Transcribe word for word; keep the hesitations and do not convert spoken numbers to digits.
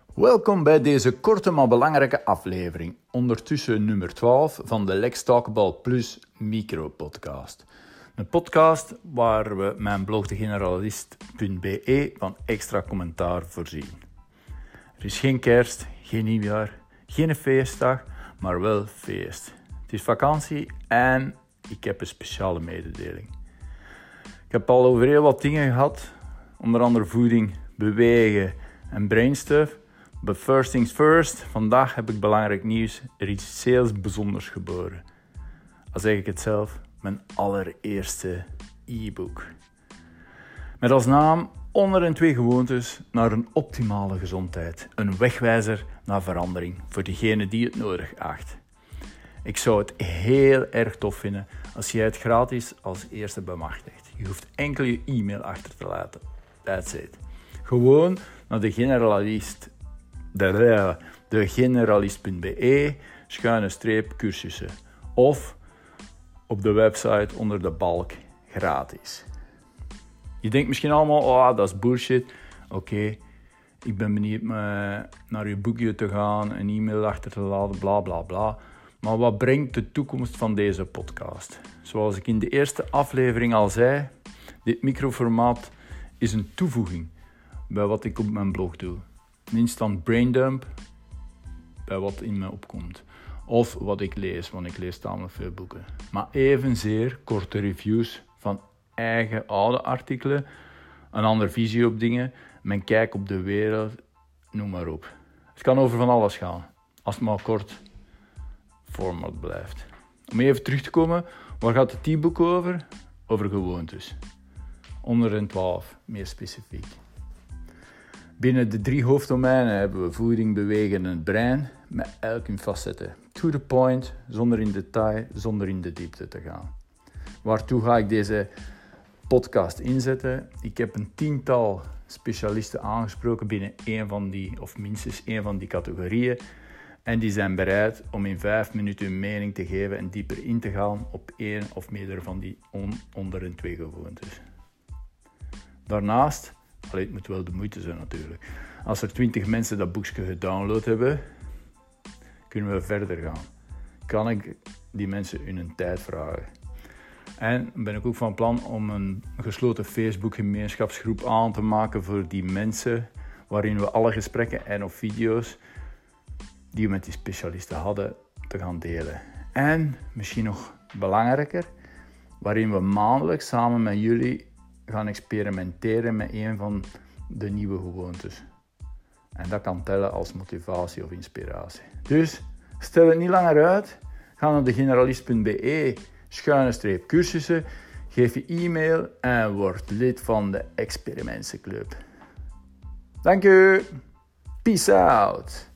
Welkom bij deze korte maar belangrijke aflevering, ondertussen nummer twaalf van de Lex Talkable Plus micro-podcast. Een podcast waar we mijn blog de generalist punt b e van extra commentaar voorzien. Er is geen kerst, geen nieuwjaar, geen feestdag, maar wel feest. Het is vakantie en ik heb een speciale mededeling. Ik heb al over heel wat dingen gehad, onder andere voeding, bewegen en brainstuff. But first things first, vandaag heb ik belangrijk nieuws. Er is zeer bijzonders geboren. Al zeg ik het zelf, mijn allereerste e-book. Met als naam honderd twee gewoontes naar een optimale gezondheid. Een wegwijzer naar verandering voor degene die het nodig acht. Ik zou het heel erg tof vinden als jij het gratis als eerste bemachtigt. Je hoeft enkel je e-mail achter te laten. That's it. Gewoon naar de generalist. De, de generalist punt b e, schuine streep cursussen. Of op de website onder de balk gratis. Je denkt misschien allemaal, oh dat is bullshit. Oké, okay, ik ben benieuwd naar je boekje te gaan, een e-mail achter te laten, bla bla bla. Maar wat brengt de toekomst van deze podcast? Zoals ik in de eerste aflevering al zei, dit microformaat is een toevoeging bij wat ik op mijn blog doe. Een instant braindump bij wat in me opkomt. Of wat ik lees, want ik lees tamelijk veel boeken. Maar evenzeer korte reviews van eigen oude artikelen, een andere visie op dingen, mijn kijk op de wereld, noem maar op. Het kan over van alles gaan, als het maar kort format blijft. Om even terug te komen, waar gaat het e-book over? Over gewoontes. honderd twaalf, meer specifiek. Binnen de drie hoofddomeinen hebben we voeding, bewegen en het brein, met elk hun facetten. To the point, zonder in detail, zonder in de diepte te gaan. Waartoe ga ik deze podcast inzetten? Ik heb een tiental specialisten aangesproken binnen één van die, of minstens één van die categorieën. En die zijn bereid om in vijf minuten hun mening te geven en dieper in te gaan op één of meerdere van die on- onder en twee gewoontes. Daarnaast, allee, het moet wel de moeite zijn natuurlijk. Als er twintig mensen dat boekje gedownload hebben, kunnen we verder gaan. Kan ik die mensen hun tijd vragen. En ben ik ook van plan om een gesloten Facebook-gemeenschapsgroep aan te maken voor die mensen, waarin we alle gesprekken en of video's die we met die specialisten hadden, te gaan delen. En misschien nog belangrijker, waarin we maandelijks samen met jullie gaan experimenteren met een van de nieuwe gewoontes. En dat kan tellen als motivatie of inspiratie. Dus stel het niet langer uit. Ga naar de generalist punt b e, schuine streep cursussen, geef je e-mail en word lid van de Experimentenclub. Dank u. Peace out.